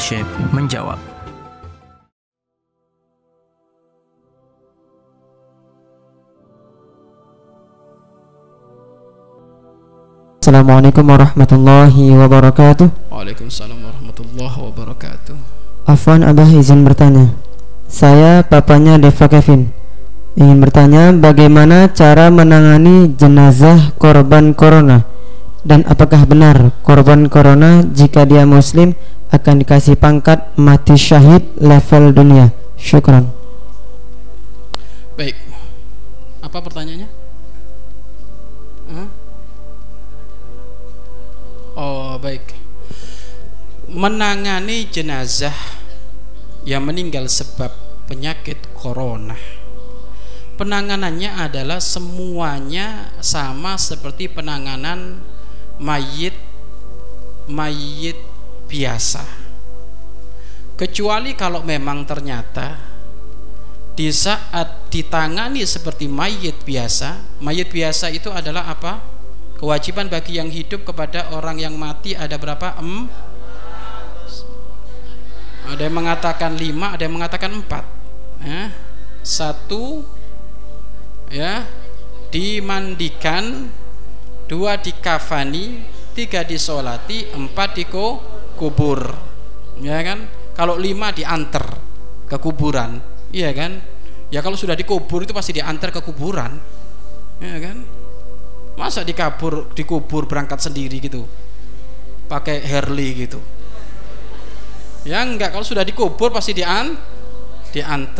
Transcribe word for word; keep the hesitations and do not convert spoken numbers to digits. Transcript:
Syekh menjawab. Assalamualaikum warahmatullahi wabarakatuh. Waalaikumsalam warahmatullahi wabarakatuh. Afwan, Abah izin bertanya. Saya bapaknya Deva Kevin. Ingin bertanya bagaimana cara menangani jenazah korban corona, dan apakah benar korban corona jika dia muslim akan dikasih pangkat mati syahid level dunia? Syukran. Baik. Apa pertanyaannya? Huh? Oh, baik. Menangani jenazah yang meninggal sebab penyakit corona, penanganannya adalah semuanya sama seperti penanganan mayit mayit biasa, kecuali kalau memang ternyata di saat ditangani seperti mayit biasa, mayit biasa itu adalah apa? Kewajiban bagi yang hidup kepada orang yang mati ada berapa? Em? Ada yang mengatakan lima, ada yang mengatakan empat. Eh? Satu, ya, dimandikan, dua dikafani, tiga disolati, empat dikubur, ya kan? Kalau lima diantar ke kuburan, iya kan? Ya kalau sudah dikubur itu pasti diantar ke kuburan, ya kan? Masa dikabur, dikubur berangkat sendiri gitu, pakai Harley gitu? Ya enggak, kalau sudah dikubur pasti dian, diantar.